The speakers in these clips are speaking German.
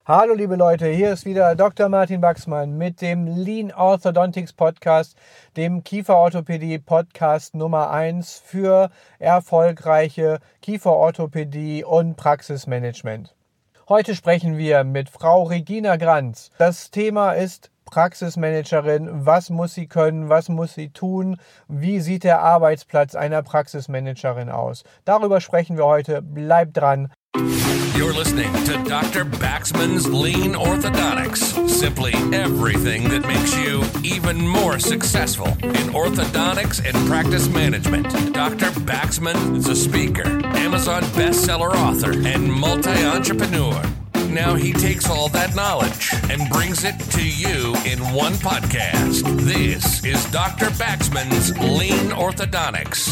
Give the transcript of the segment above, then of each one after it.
Hallo liebe Leute, hier ist wieder Dr. Martin Wachsmann mit dem Lean Orthodontics Podcast, dem Kieferorthopädie Podcast Nummer 1 für erfolgreiche Kieferorthopädie und Praxismanagement. Heute sprechen wir mit Frau Regina Granz. Das Thema ist Praxismanagerin. Was muss sie können? Was muss sie tun? Wie sieht der Arbeitsplatz einer Praxismanagerin aus? Darüber sprechen wir heute. Bleibt dran. You're listening to Dr. Baxman's Lean Orthodontics. Simply everything that makes you even more successful in orthodontics and practice management. Dr. Baxman is a speaker, Amazon bestseller author, and multi-entrepreneur. Now he takes all that knowledge and brings it to you in one podcast. This is Dr. Baxman's Lean Orthodontics.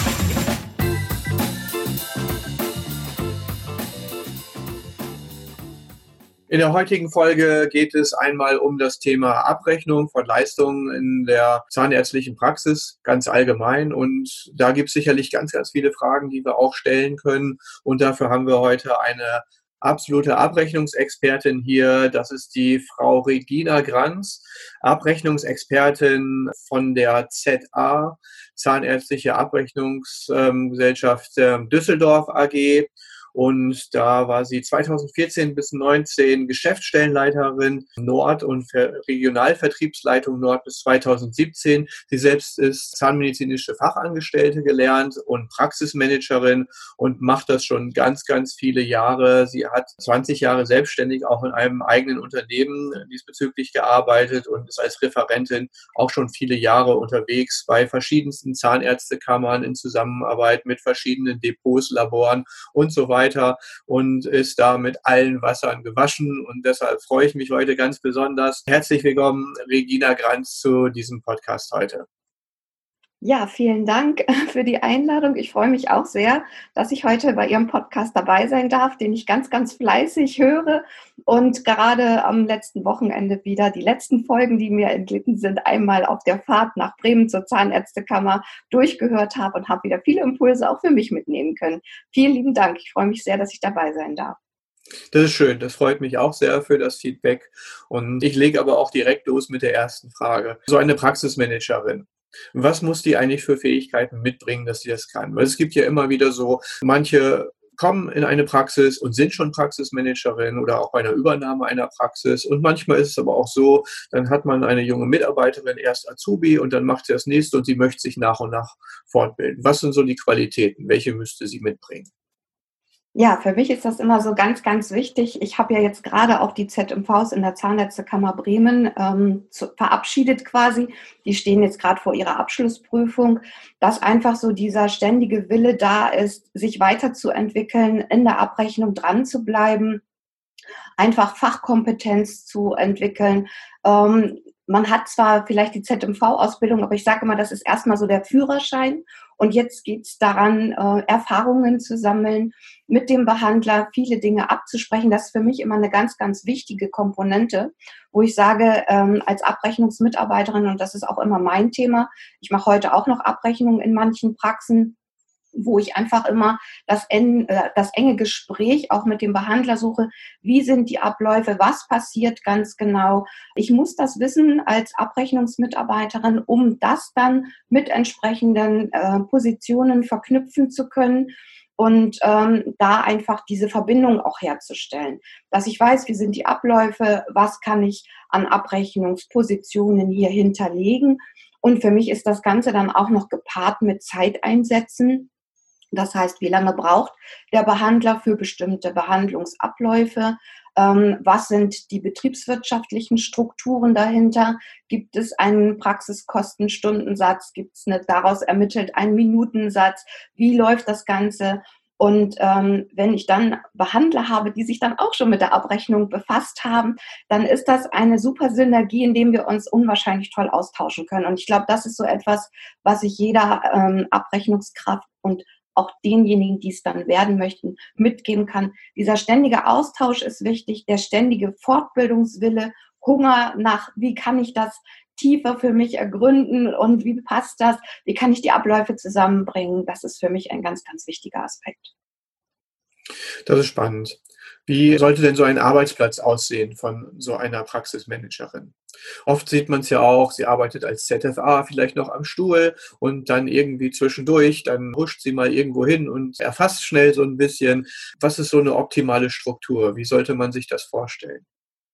In der heutigen Folge geht es einmal um das Thema Abrechnung von Leistungen in der zahnärztlichen Praxis ganz allgemein. Und da gibt es sicherlich ganz, ganz viele Fragen, die wir auch stellen können. Und dafür haben wir heute eine absolute Abrechnungsexpertin hier. Das ist die Frau Regina Granz, Abrechnungsexpertin von der ZA, Zahnärztliche Abrechnungsgesellschaft Düsseldorf AG. Und da war sie 2014 bis 2019 Geschäftsstellenleiterin Nord und Regionalvertriebsleitung Nord bis 2017. Sie selbst ist zahnmedizinische Fachangestellte gelernt und Praxismanagerin und macht das schon ganz, ganz viele Jahre. Sie hat 20 Jahre selbstständig auch in einem eigenen Unternehmen diesbezüglich gearbeitet und ist als Referentin auch schon viele Jahre unterwegs bei verschiedensten Zahnärztekammern in Zusammenarbeit mit verschiedenen Depots, Laboren und so weiter. Und ist da mit allen Wassern gewaschen. Und deshalb freue ich mich heute ganz besonders. Herzlich willkommen, Regina Granz, zu diesem Podcast heute. Ja, vielen Dank für die Einladung. Ich freue mich auch sehr, dass ich heute bei Ihrem Podcast dabei sein darf, den ich ganz, ganz fleißig höre und gerade am letzten Wochenende wieder die letzten Folgen, die mir entglitten sind, einmal auf der Fahrt nach Bremen zur Zahnärztekammer durchgehört habe und habe wieder viele Impulse auch für mich mitnehmen können. Vielen lieben Dank. Ich freue mich sehr, dass ich dabei sein darf. Das ist schön, das freut mich auch sehr für das Feedback. Und ich lege aber auch direkt los mit der ersten Frage. So eine Praxismanagerin. Was muss die eigentlich für Fähigkeiten mitbringen, dass sie das kann? Weil es gibt ja immer wieder so, manche kommen in eine Praxis und sind schon Praxismanagerin oder auch bei einer Übernahme einer Praxis. Und manchmal ist es aber auch so, dann hat man eine junge Mitarbeiterin, erst Azubi, und dann macht sie das nächste und sie möchte sich nach und nach fortbilden. Was sind so die Qualitäten? Welche müsste sie mitbringen? Ja, für mich ist das immer so ganz, ganz wichtig. Ich habe ja jetzt gerade auch die ZMVs in der Zahnärztekammer Bremen verabschiedet quasi. Die stehen jetzt gerade vor ihrer Abschlussprüfung, dass einfach so dieser ständige Wille da ist, sich weiterzuentwickeln, in der Abrechnung dran zu bleiben, einfach Fachkompetenz zu entwickeln. Man hat zwar vielleicht die ZMV-Ausbildung, aber ich sage immer, das ist erstmal so der Führerschein. Und jetzt geht es daran, Erfahrungen zu sammeln, mit dem Behandler viele Dinge abzusprechen. Das ist für mich immer eine ganz, ganz wichtige Komponente, wo ich sage, als Abrechnungsmitarbeiterin, und das ist auch immer mein Thema, ich mache heute auch noch Abrechnungen in manchen Praxen, wo ich einfach immer das enge Gespräch auch mit dem Behandler suche. Wie sind die Abläufe? Was passiert ganz genau? Ich muss das wissen als Abrechnungsmitarbeiterin, um das dann mit entsprechenden Positionen verknüpfen zu können und da einfach diese Verbindung auch herzustellen. Dass ich weiß, wie sind die Abläufe, was kann ich an Abrechnungspositionen hier hinterlegen. Und für mich ist das Ganze dann auch noch gepaart mit Zeiteinsätzen. Das heißt, wie lange braucht der Behandler für bestimmte Behandlungsabläufe? Was sind die betriebswirtschaftlichen Strukturen dahinter? Gibt es einen Praxiskostenstundensatz? Gibt es daraus ermittelt einen Minutensatz? Wie läuft das Ganze? Und wenn ich dann Behandler habe, die sich dann auch schon mit der Abrechnung befasst haben, dann ist das eine super Synergie, in dem wir uns unwahrscheinlich toll austauschen können. Und ich glaube, das ist so etwas, was ich jeder Abrechnungskraft und auch denjenigen, die es dann werden möchten, mitgeben kann. Dieser ständige Austausch ist wichtig, der ständige Fortbildungswille, Hunger nach, wie kann ich das tiefer für mich ergründen und wie passt das, wie kann ich die Abläufe zusammenbringen. Das ist für mich ein ganz, ganz wichtiger Aspekt. Das ist spannend. Wie sollte denn so ein Arbeitsplatz aussehen von so einer Praxismanagerin? Oft sieht man es ja auch, sie arbeitet als ZFA vielleicht noch am Stuhl und dann irgendwie zwischendurch, dann huscht sie mal irgendwo hin und erfasst schnell so ein bisschen. Was ist so eine optimale Struktur? Wie sollte man sich das vorstellen?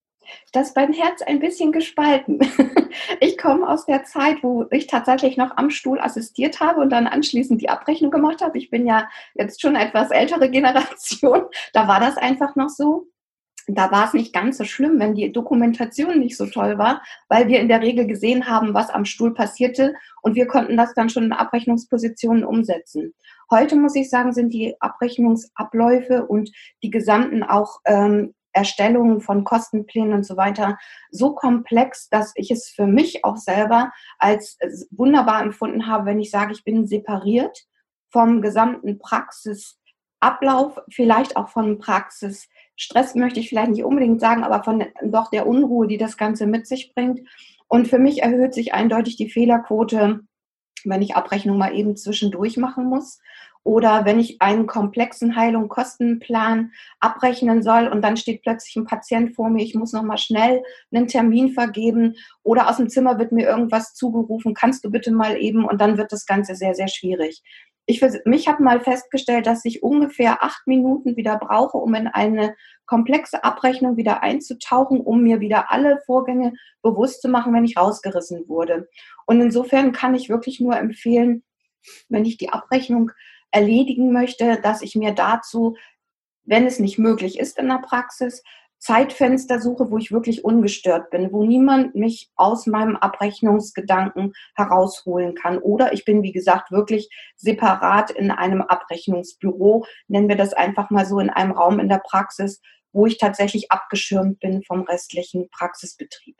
Da ist mein Herz ein bisschen gespalten. Ich komme aus der Zeit, wo ich tatsächlich noch am Stuhl assistiert habe und dann anschließend die Abrechnung gemacht habe. Ich bin ja jetzt schon etwas ältere Generation. Da war das einfach noch so. Da war es nicht ganz so schlimm, wenn die Dokumentation nicht so toll war, weil wir in der Regel gesehen haben, was am Stuhl passierte und wir konnten das dann schon in Abrechnungspositionen umsetzen. Heute muss ich sagen, sind die Abrechnungsabläufe und die gesamten auch Erstellungen von Kostenplänen und so weiter so komplex, dass ich es für mich auch selber als wunderbar empfunden habe, wenn ich sage, ich bin separiert vom gesamten Praxisablauf, vielleicht auch von Praxisstress, möchte ich vielleicht nicht unbedingt sagen, aber von doch der Unruhe, die das Ganze mit sich bringt. Und für mich erhöht sich eindeutig die Fehlerquote, wenn ich Abrechnung mal eben zwischendurch machen muss oder wenn ich einen komplexen Heilung-Kostenplan abrechnen soll und dann steht plötzlich ein Patient vor mir, ich muss noch mal schnell einen Termin vergeben oder aus dem Zimmer wird mir irgendwas zugerufen, kannst du bitte mal eben, und dann wird das Ganze sehr, sehr schwierig. Ich für mich habe mal festgestellt, dass ich ungefähr 8 Minuten wieder brauche, um in eine komplexe Abrechnung wieder einzutauchen, um mir wieder alle Vorgänge bewusst zu machen, wenn ich rausgerissen wurde. Und insofern kann ich wirklich nur empfehlen, wenn ich die Abrechnung erledigen möchte, dass ich mir dazu, wenn es nicht möglich ist in der Praxis, Zeitfenster suche, wo ich wirklich ungestört bin, wo niemand mich aus meinem Abrechnungsgedanken herausholen kann. Oder ich bin, wie gesagt, wirklich separat in einem Abrechnungsbüro, nennen wir das einfach mal so, in einem Raum in der Praxis, wo ich tatsächlich abgeschirmt bin vom restlichen Praxisbetrieb.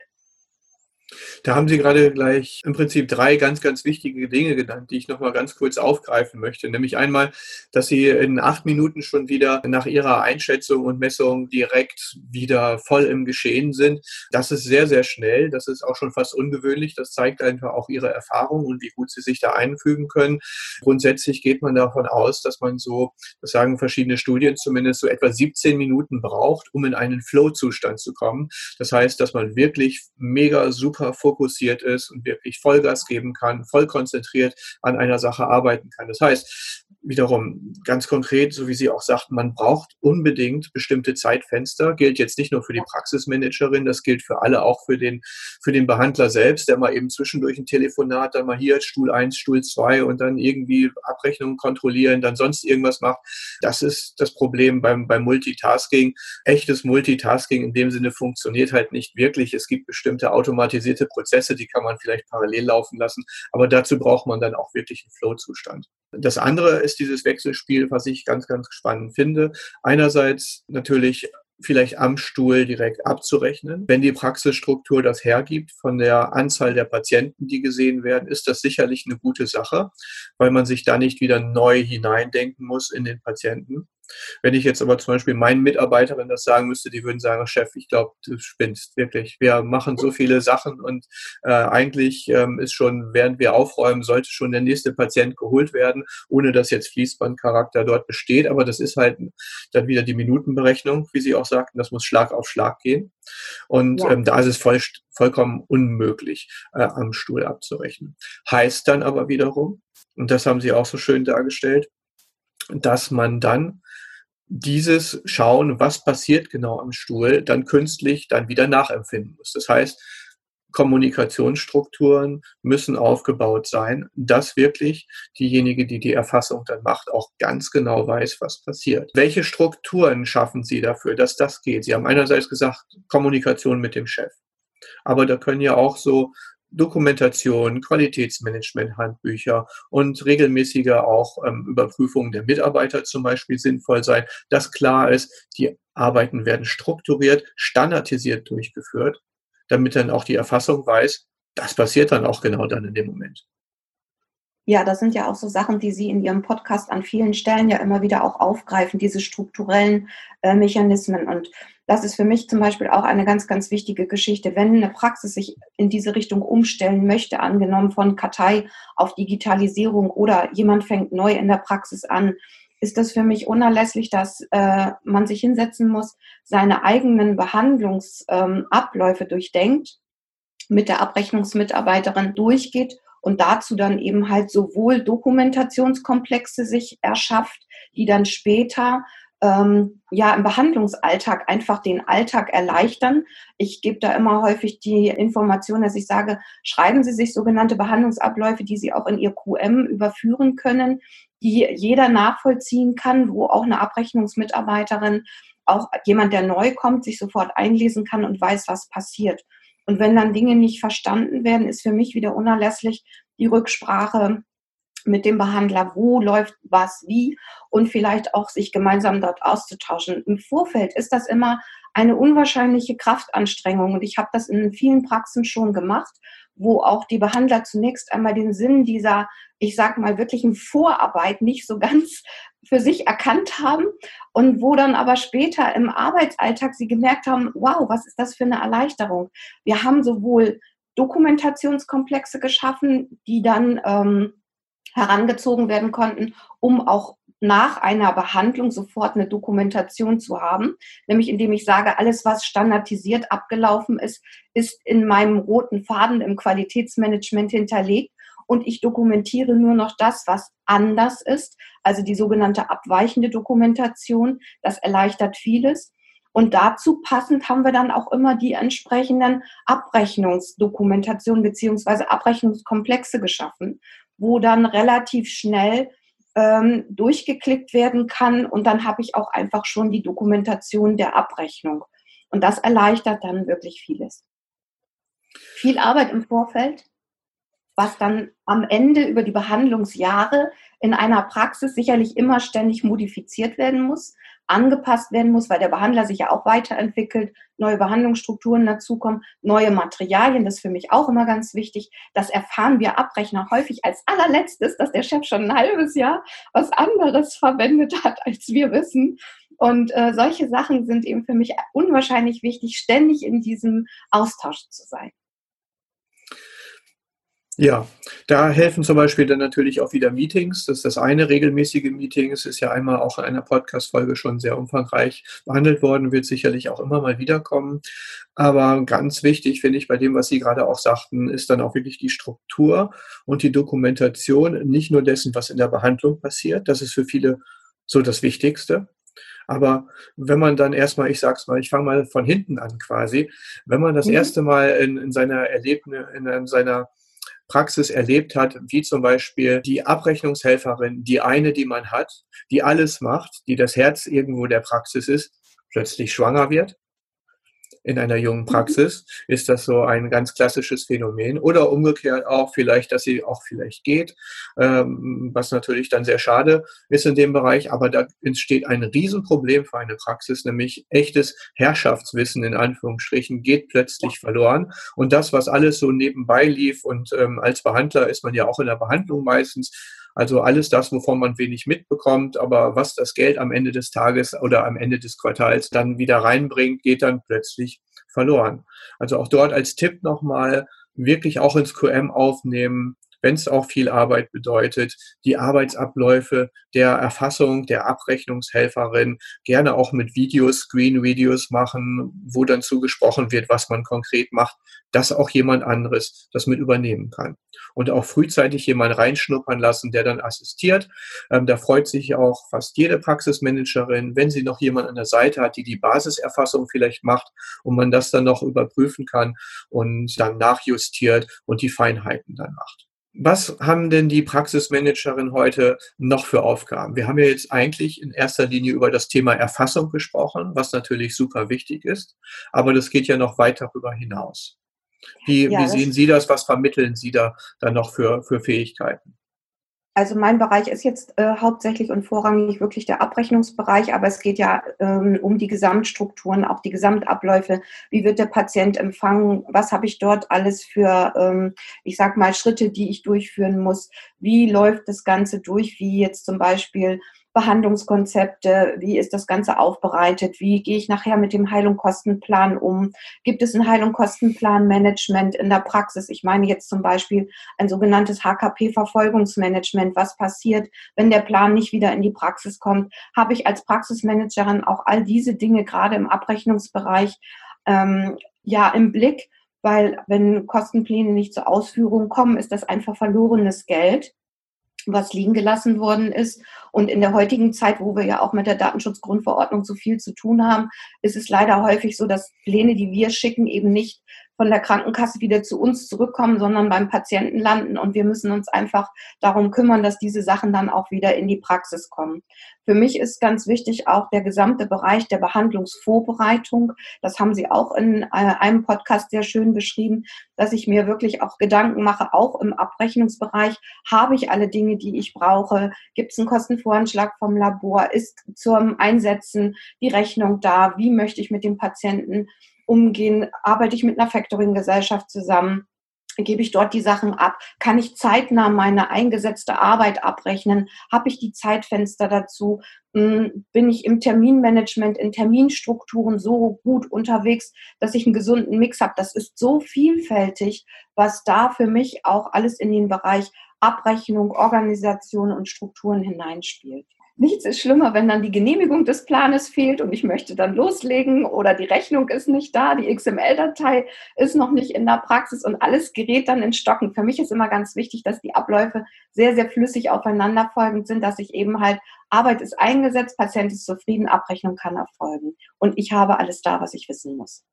Da haben Sie gerade gleich im Prinzip 3 ganz, ganz wichtige Dinge genannt, die ich noch mal ganz kurz aufgreifen möchte. Nämlich einmal, dass Sie in 8 Minuten schon wieder nach Ihrer Einschätzung und Messung direkt wieder voll im Geschehen sind. Das ist sehr, sehr schnell. Das ist auch schon fast ungewöhnlich. Das zeigt einfach auch Ihre Erfahrung und wie gut Sie sich da einfügen können. Grundsätzlich geht man davon aus, dass man so, das sagen verschiedene Studien zumindest, so etwa 17 Minuten braucht, um in einen Flow-Zustand zu kommen. Das heißt, dass man wirklich mega super fokussiert ist und wirklich Vollgas geben kann, voll konzentriert an einer Sache arbeiten kann. Das heißt, wiederum ganz konkret, so wie Sie auch sagten, man braucht unbedingt bestimmte Zeitfenster. Gilt jetzt nicht nur für die Praxismanagerin, das gilt für alle, auch für den Behandler selbst, der mal eben zwischendurch ein Telefonat, dann mal hier Stuhl 1, Stuhl 2 und dann irgendwie Abrechnungen kontrollieren, dann sonst irgendwas macht. Das ist das Problem beim Multitasking. Echtes Multitasking in dem Sinne funktioniert halt nicht wirklich. Es gibt bestimmte automatisierte Prozesse, die kann man vielleicht parallel laufen lassen, aber dazu braucht man dann auch wirklich einen Flow-Zustand. Das andere ist dieses Wechselspiel, was ich ganz, ganz spannend finde. Einerseits natürlich vielleicht am Stuhl direkt abzurechnen. Wenn die Praxisstruktur das hergibt, von der Anzahl der Patienten, die gesehen werden, ist das sicherlich eine gute Sache, weil man sich da nicht wieder neu hineindenken muss in den Patienten. Wenn ich jetzt aber zum Beispiel meinen Mitarbeitern das sagen müsste, die würden sagen, Chef, ich glaube, du spinnst wirklich. Wir machen so viele Sachen und eigentlich ist schon, während wir aufräumen, sollte schon der nächste Patient geholt werden, ohne dass jetzt Fließbandcharakter dort besteht. Aber das ist halt dann wieder die Minutenberechnung, wie Sie auch sagten, das muss Schlag auf Schlag gehen. Und Ja. da ist es vollkommen unmöglich, am Stuhl abzurechnen. Heißt dann aber wiederum, und das haben Sie auch so schön dargestellt, dass man dann dieses Schauen, was passiert genau am Stuhl, dann künstlich dann wieder nachempfinden muss. Das heißt, Kommunikationsstrukturen müssen aufgebaut sein, dass wirklich diejenige, die die Erfassung dann macht, auch ganz genau weiß, was passiert. Welche Strukturen schaffen Sie dafür, dass das geht? Sie haben einerseits gesagt, Kommunikation mit dem Chef. Aber da können ja auch so Dokumentation, Qualitätsmanagement, Handbücher und regelmäßige auch Überprüfungen der Mitarbeiter zum Beispiel sinnvoll sein, dass klar ist, die Arbeiten werden strukturiert, standardisiert durchgeführt, damit dann auch die Erfassung weiß, das passiert dann auch genau dann in dem Moment. Ja, das sind ja auch so Sachen, die Sie in Ihrem Podcast an vielen Stellen ja immer wieder auch aufgreifen, diese strukturellen Mechanismen. Und das ist für mich zum Beispiel auch eine ganz, ganz wichtige Geschichte. Wenn eine Praxis sich in diese Richtung umstellen möchte, angenommen von Kartei auf Digitalisierung oder jemand fängt neu in der Praxis an, ist es für mich unerlässlich, dass man sich hinsetzen muss, seine eigenen Behandlungsabläufe durchdenkt, mit der Abrechnungsmitarbeiterin durchgeht und dazu dann eben halt sowohl Dokumentationskomplexe sich erschafft, die dann später im Behandlungsalltag einfach den Alltag erleichtern. Ich gebe da immer häufig die Information, dass ich sage, schreiben Sie sich sogenannte Behandlungsabläufe, die Sie auch in Ihr QM überführen können, die jeder nachvollziehen kann, wo auch eine Abrechnungsmitarbeiterin, auch jemand, der neu kommt, sich sofort einlesen kann und weiß, was passiert. Und wenn dann Dinge nicht verstanden werden, ist für mich wieder unerlässlich die Rücksprache mit dem Behandler, wo läuft was wie und vielleicht auch sich gemeinsam dort auszutauschen. Im Vorfeld ist das immer eine unwahrscheinliche Kraftanstrengung und ich habe das in vielen Praxen schon gemacht, wo auch die Behandler zunächst einmal den Sinn dieser, ich sag mal, wirklichen Vorarbeit nicht so ganz für sich erkannt haben und wo dann aber später im Arbeitsalltag sie gemerkt haben, wow, was ist das für eine Erleichterung. Wir haben sowohl Dokumentationskomplexe geschaffen, die dann herangezogen werden konnten, um auch nach einer Behandlung sofort eine Dokumentation zu haben, nämlich indem ich sage, alles, was standardisiert abgelaufen ist, ist in meinem roten Faden im Qualitätsmanagement hinterlegt und ich dokumentiere nur noch das, was anders ist, also die sogenannte abweichende Dokumentation. Das erleichtert vieles. Und dazu passend haben wir dann auch immer die entsprechenden Abrechnungsdokumentationen beziehungsweise Abrechnungskomplexe geschaffen, wo dann relativ schnell durchgeklickt werden kann und dann habe ich auch einfach schon die Dokumentation der Abrechnung. Und das erleichtert dann wirklich vieles. Viel Arbeit im Vorfeld, was dann am Ende über die Behandlungsjahre in einer Praxis sicherlich immer ständig modifiziert werden muss, angepasst werden muss, weil der Behandler sich ja auch weiterentwickelt, neue Behandlungsstrukturen dazukommen, neue Materialien, das ist für mich auch immer ganz wichtig. Das erfahren wir Abrechner häufig als allerletztes, dass der Chef schon ein halbes Jahr was anderes verwendet hat, als wir wissen. Und solche Sachen sind eben für mich unwahrscheinlich wichtig, ständig in diesem Austausch zu sein. Ja, da helfen zum Beispiel dann natürlich auch wieder Meetings. Das ist das eine, regelmäßige Meetings, ist ja einmal auch in einer Podcast-Folge schon sehr umfangreich behandelt worden, wird sicherlich auch immer mal wiederkommen. Aber ganz wichtig, finde ich, bei dem, was Sie gerade auch sagten, ist dann auch wirklich die Struktur und die Dokumentation, nicht nur dessen, was in der Behandlung passiert. Das ist für viele so das Wichtigste. Aber wenn man dann erstmal, ich sag's mal, ich fange mal von hinten an quasi, wenn man das erste Mal in seiner Praxis erlebt hat, wie zum Beispiel die Abrechnungshelferin, die eine, die man hat, die alles macht, die das Herz irgendwo der Praxis ist, plötzlich schwanger wird. In einer jungen Praxis ist das so ein ganz klassisches Phänomen. Oder umgekehrt auch vielleicht, dass sie auch vielleicht geht, was natürlich dann sehr schade ist in dem Bereich. Aber da entsteht ein Riesenproblem für eine Praxis, nämlich echtes Herrschaftswissen in Anführungsstrichen geht plötzlich verloren. Und das, was alles so nebenbei lief und als Behandler ist man ja auch in der Behandlung meistens, also alles das, wovon man wenig mitbekommt, aber was das Geld am Ende des Tages oder am Ende des Quartals dann wieder reinbringt, geht dann plötzlich verloren. Also auch dort als Tipp nochmal wirklich auch ins QM aufnehmen, wenn es auch viel Arbeit bedeutet, die Arbeitsabläufe der Erfassung der Abrechnungshelferin gerne auch mit Videos, Screen-Videos machen, wo dann zugesprochen wird, was man konkret macht, dass auch jemand anderes das mit übernehmen kann. Und auch frühzeitig jemand reinschnuppern lassen, der dann assistiert. Da freut sich auch fast jede Praxismanagerin, wenn sie noch jemand an der Seite hat, die die Basiserfassung vielleicht macht und man das dann noch überprüfen kann und dann nachjustiert und die Feinheiten dann macht. Was haben denn die Praxismanagerin heute noch für Aufgaben? Wir haben ja jetzt eigentlich in erster Linie über das Thema Erfassung gesprochen, was natürlich super wichtig ist, aber das geht ja noch weit darüber hinaus. Wie sehen Sie das? Was vermitteln Sie da dann noch für Fähigkeiten? Also mein Bereich ist jetzt hauptsächlich und vorrangig wirklich der Abrechnungsbereich, aber es geht ja um die Gesamtstrukturen, auch die Gesamtabläufe. Wie wird der Patient empfangen? Was habe ich dort alles für, ich sag mal, Schritte, die ich durchführen muss? Wie läuft das Ganze durch? Wie jetzt zum Beispiel Behandlungskonzepte, wie ist das Ganze aufbereitet, wie gehe ich nachher mit dem Heilung-Kostenplan um, gibt es ein Heilung-Kostenplan-Management in der Praxis, ich meine jetzt zum Beispiel ein sogenanntes HKP-Verfolgungsmanagement, was passiert, wenn der Plan nicht wieder in die Praxis kommt, habe ich als Praxismanagerin auch all diese Dinge gerade im Abrechnungsbereich im Blick, weil wenn Kostenpläne nicht zur Ausführung kommen, ist das einfach verlorenes Geld, was liegen gelassen worden ist. Und in der heutigen Zeit, wo wir ja auch mit der Datenschutzgrundverordnung so viel zu tun haben, ist es leider häufig so, dass Pläne, die wir schicken, eben nicht von der Krankenkasse wieder zu uns zurückkommen, sondern beim Patienten landen. Und wir müssen uns einfach darum kümmern, dass diese Sachen dann auch wieder in die Praxis kommen. Für mich ist ganz wichtig auch der gesamte Bereich der Behandlungsvorbereitung. Das haben Sie auch in einem Podcast sehr schön beschrieben, dass ich mir wirklich auch Gedanken mache, auch im Abrechnungsbereich. Habe ich alle Dinge, die ich brauche? Gibt es einen Kostenvoranschlag vom Labor? Ist zum Einsetzen die Rechnung da? Wie möchte ich mit dem Patienten umgehen? Arbeite ich mit einer Factoring-Gesellschaft zusammen? Gebe ich dort die Sachen ab? Kann ich zeitnah meine eingesetzte Arbeit abrechnen? Habe ich die Zeitfenster dazu? Bin ich im Terminmanagement, in Terminstrukturen so gut unterwegs, dass ich einen gesunden Mix habe? Das ist so vielfältig, was da für mich auch alles in den Bereich Abrechnung, Organisation und Strukturen hineinspielt. Nichts ist schlimmer, wenn dann die Genehmigung des Planes fehlt und ich möchte dann loslegen oder die Rechnung ist nicht da, die XML-Datei ist noch nicht in der Praxis und alles gerät dann in Stocken. Für mich ist immer ganz wichtig, dass die Abläufe sehr, sehr flüssig aufeinanderfolgend sind, dass ich eben halt, Arbeit ist eingesetzt, Patient ist zufrieden, Abrechnung kann erfolgen und ich habe alles da, was ich wissen muss.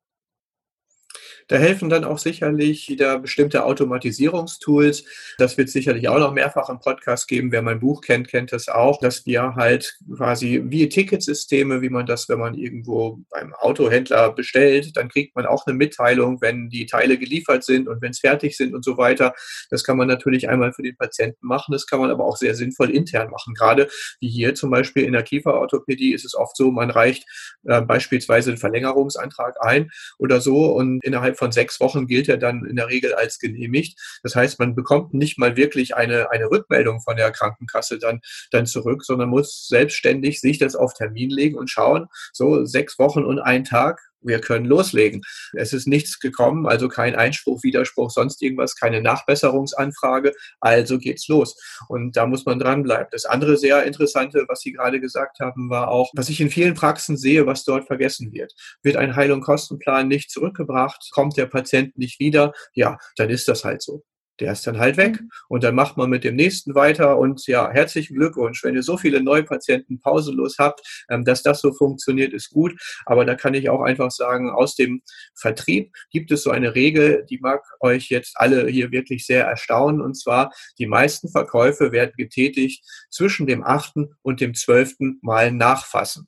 Da helfen dann auch sicherlich wieder bestimmte Automatisierungstools. Das wird sicherlich auch noch mehrfach im Podcast geben. Wer mein Buch kennt, kennt das auch, dass wir halt quasi wie Ticketsysteme, wie man das, wenn man irgendwo beim Autohändler bestellt, dann kriegt man auch eine Mitteilung, wenn die Teile geliefert sind und wenn es fertig sind und so weiter. Das kann man natürlich einmal für den Patienten machen. Das kann man aber auch sehr sinnvoll intern machen. Gerade wie hier zum Beispiel in der Kieferorthopädie ist es oft so, man reicht beispielsweise einen Verlängerungsantrag ein oder so und innerhalb von 6 Wochen gilt er dann in der Regel als genehmigt. Das heißt, man bekommt nicht mal wirklich eine Rückmeldung von der Krankenkasse dann zurück, sondern muss selbstständig sich das auf Termin legen und schauen, so 6 Wochen und 1 Tag, wir können loslegen. Es ist nichts gekommen, also kein Einspruch, Widerspruch, sonst irgendwas, keine Nachbesserungsanfrage, also geht's los. Und da muss man dranbleiben. Das andere sehr Interessante, was Sie gerade gesagt haben, war auch, was ich in vielen Praxen sehe, was dort vergessen wird. Wird ein Heil- und Kostenplan nicht zurückgebracht, kommt der Patient nicht wieder, ja, dann ist das halt so. Der ist dann halt weg und dann macht man mit dem nächsten weiter und ja, herzlichen Glückwunsch. Wenn ihr so viele Neupatienten pausenlos habt, dass das so funktioniert, ist gut. Aber da kann ich auch einfach sagen, aus dem Vertrieb gibt es so eine Regel, die mag euch jetzt alle hier wirklich sehr erstaunen. Und zwar, die meisten Verkäufe werden getätigt zwischen dem 8. und dem 12. Mal nachfassen.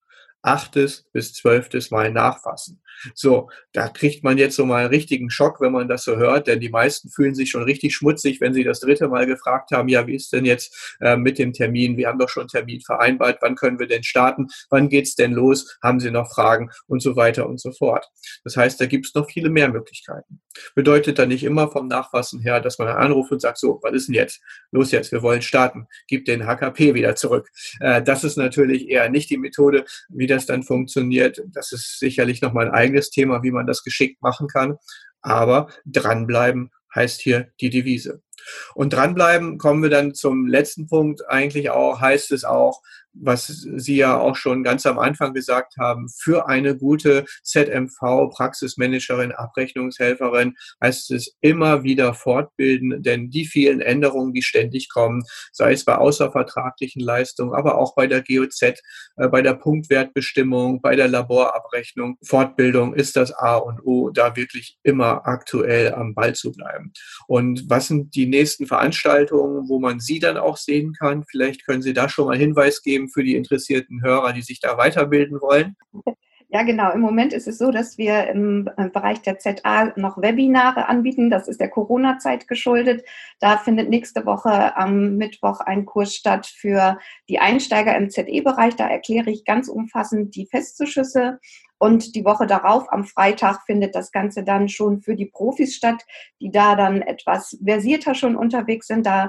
8. bis 12. Mal nachfassen. So, da kriegt man jetzt so mal einen richtigen Schock, wenn man das so hört, denn die meisten fühlen sich schon richtig schmutzig, wenn sie das 3. Mal gefragt haben, ja, wie ist denn jetzt mit dem Termin? Wir haben doch schon einen Termin vereinbart, wann können wir denn starten? Wann geht's denn los? Haben Sie noch Fragen? Und so weiter und so fort. Das heißt, da gibt es noch viele mehr Möglichkeiten. Bedeutet dann nicht immer vom Nachfassen her, dass man anruft und sagt, so, was ist denn jetzt? Los jetzt, wir wollen starten. Gib den HKP wieder zurück. Das ist natürlich eher nicht die Methode, wie das dann funktioniert. Das ist sicherlich nochmal ein eigenes Thema, wie man das geschickt machen kann. Aber dranbleiben heißt hier die Devise. Und dranbleiben kommen wir dann zum letzten Punkt. Eigentlich auch heißt es auch, was Sie ja auch schon ganz am Anfang gesagt haben, für eine gute ZMV, Praxismanagerin, Abrechnungshelferin, heißt es immer wieder fortbilden, denn die vielen Änderungen, die ständig kommen, sei es bei außervertraglichen Leistungen, aber auch bei der GOZ, bei der Punktwertbestimmung, bei der Laborabrechnung, Fortbildung ist das A und O, da wirklich immer aktuell am Ball zu bleiben. Und was sind die nächsten Veranstaltungen, wo man Sie dann auch sehen kann? Vielleicht können Sie da schon mal Hinweis geben für die interessierten Hörer, die sich da weiterbilden wollen. Ja, genau. Im Moment ist es so, dass wir im Bereich der ZA noch Webinare anbieten. Das ist der Corona-Zeit geschuldet. Da findet nächste Woche am Mittwoch ein Kurs statt für die Einsteiger im ZE-Bereich. Da erkläre ich ganz umfassend die Festzuschüsse. Und die Woche darauf, am Freitag, findet das Ganze dann schon für die Profis statt, die da dann etwas versierter schon unterwegs sind. Da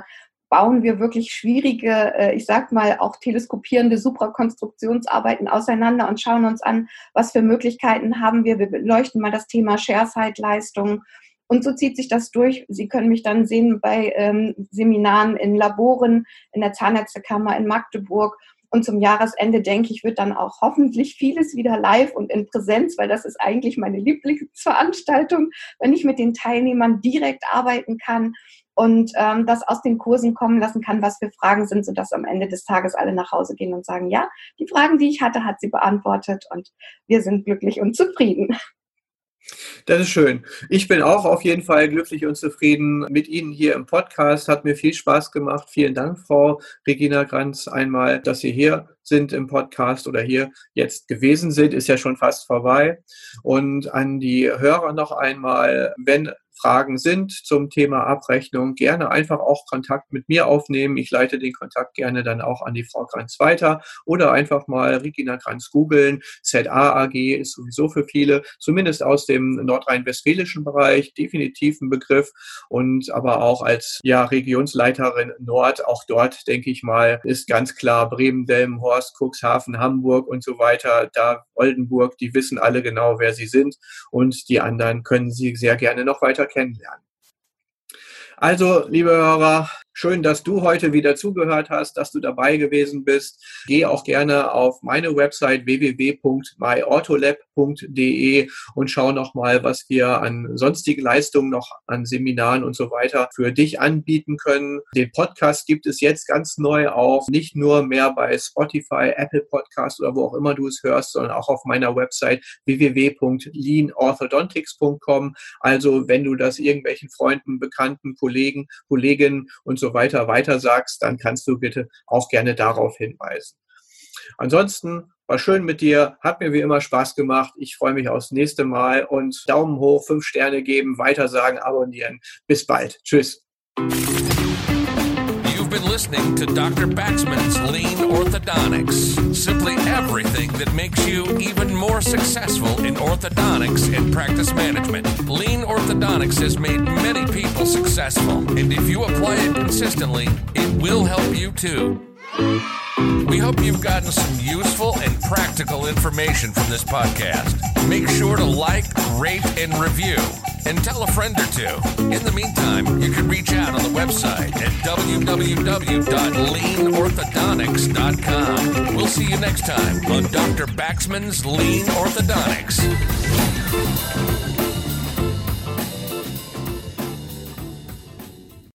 bauen wir wirklich schwierige, ich sag mal auch teleskopierende Suprakonstruktionsarbeiten auseinander und schauen uns an, was für Möglichkeiten haben wir. Wir beleuchten mal das Thema Share-Side-Leistung. Und so zieht sich das durch. Sie können mich dann sehen bei Seminaren in Laboren, in der Zahnärztekammer in Magdeburg. Und zum Jahresende, denke ich, wird dann auch hoffentlich vieles wieder live und in Präsenz, weil das ist eigentlich meine Lieblingsveranstaltung, wenn ich mit den Teilnehmern direkt arbeiten kann und das aus den Kursen kommen lassen kann, was für Fragen sind, sodass am Ende des Tages alle nach Hause gehen und sagen, ja, die Fragen, die ich hatte, hat sie beantwortet und wir sind glücklich und zufrieden. Das ist schön. Ich bin auch auf jeden Fall glücklich und zufrieden mit Ihnen hier im Podcast. Hat mir viel Spaß gemacht. Vielen Dank, Frau Regina Kranz, einmal, dass Sie hier sind im Podcast oder hier jetzt gewesen sind. Ist ja schon fast vorbei. Und an die Hörer noch einmal, wenn Fragen sind zum Thema Abrechnung, gerne einfach auch Kontakt mit mir aufnehmen. Ich leite den Kontakt gerne dann auch an die Frau Kranz weiter oder einfach mal Regina Kranz googeln. ZA AG ist sowieso für viele, zumindest aus dem nordrhein-westfälischen Bereich, definitiv ein Begriff und aber auch als Regionsleiterin Nord, auch dort, denke ich mal, ist ganz klar Bremen, Delmenhorst, Cuxhaven, Hamburg und so weiter, da Oldenburg, die wissen alle genau, wer sie sind und die anderen können Sie sehr gerne noch weiter kennenlernen. Also, liebe Hörer, schön, dass du heute wieder zugehört hast, dass du dabei gewesen bist. Geh auch gerne auf meine Website www.myortholab.de und schau nochmal, was wir an sonstigen Leistungen noch an Seminaren und so weiter für dich anbieten können. Den Podcast gibt es jetzt ganz neu auch, nicht nur mehr bei Spotify, Apple Podcast oder wo auch immer du es hörst, sondern auch auf meiner Website www.leanorthodontics.com. Also, wenn du das irgendwelchen Freunden, Bekannten, Kollegen, Kolleginnen und so weiter weitersagst, dann kannst du bitte auch gerne darauf hinweisen. Ansonsten war schön mit dir, hat mir wie immer Spaß gemacht. Ich freue mich aufs nächste Mal und Daumen hoch, 5 Sterne geben, weitersagen, abonnieren. Bis bald. Tschüss. You've been listening to Dr. Baxman's Lean Orthodontics. Simply everything that makes you even more successful in orthodontics and practice management. Lean Orthodontics has made many people successful, and if you apply it consistently, it will help you too. We hope you've gotten some useful and practical information from this podcast. Make sure to like, rate, and review. And tell a friend or two. In the meantime, you can reach out on the website at www.leanorthodontics.com. We'll see you next time on Dr. Baxman's Lean Orthodontics.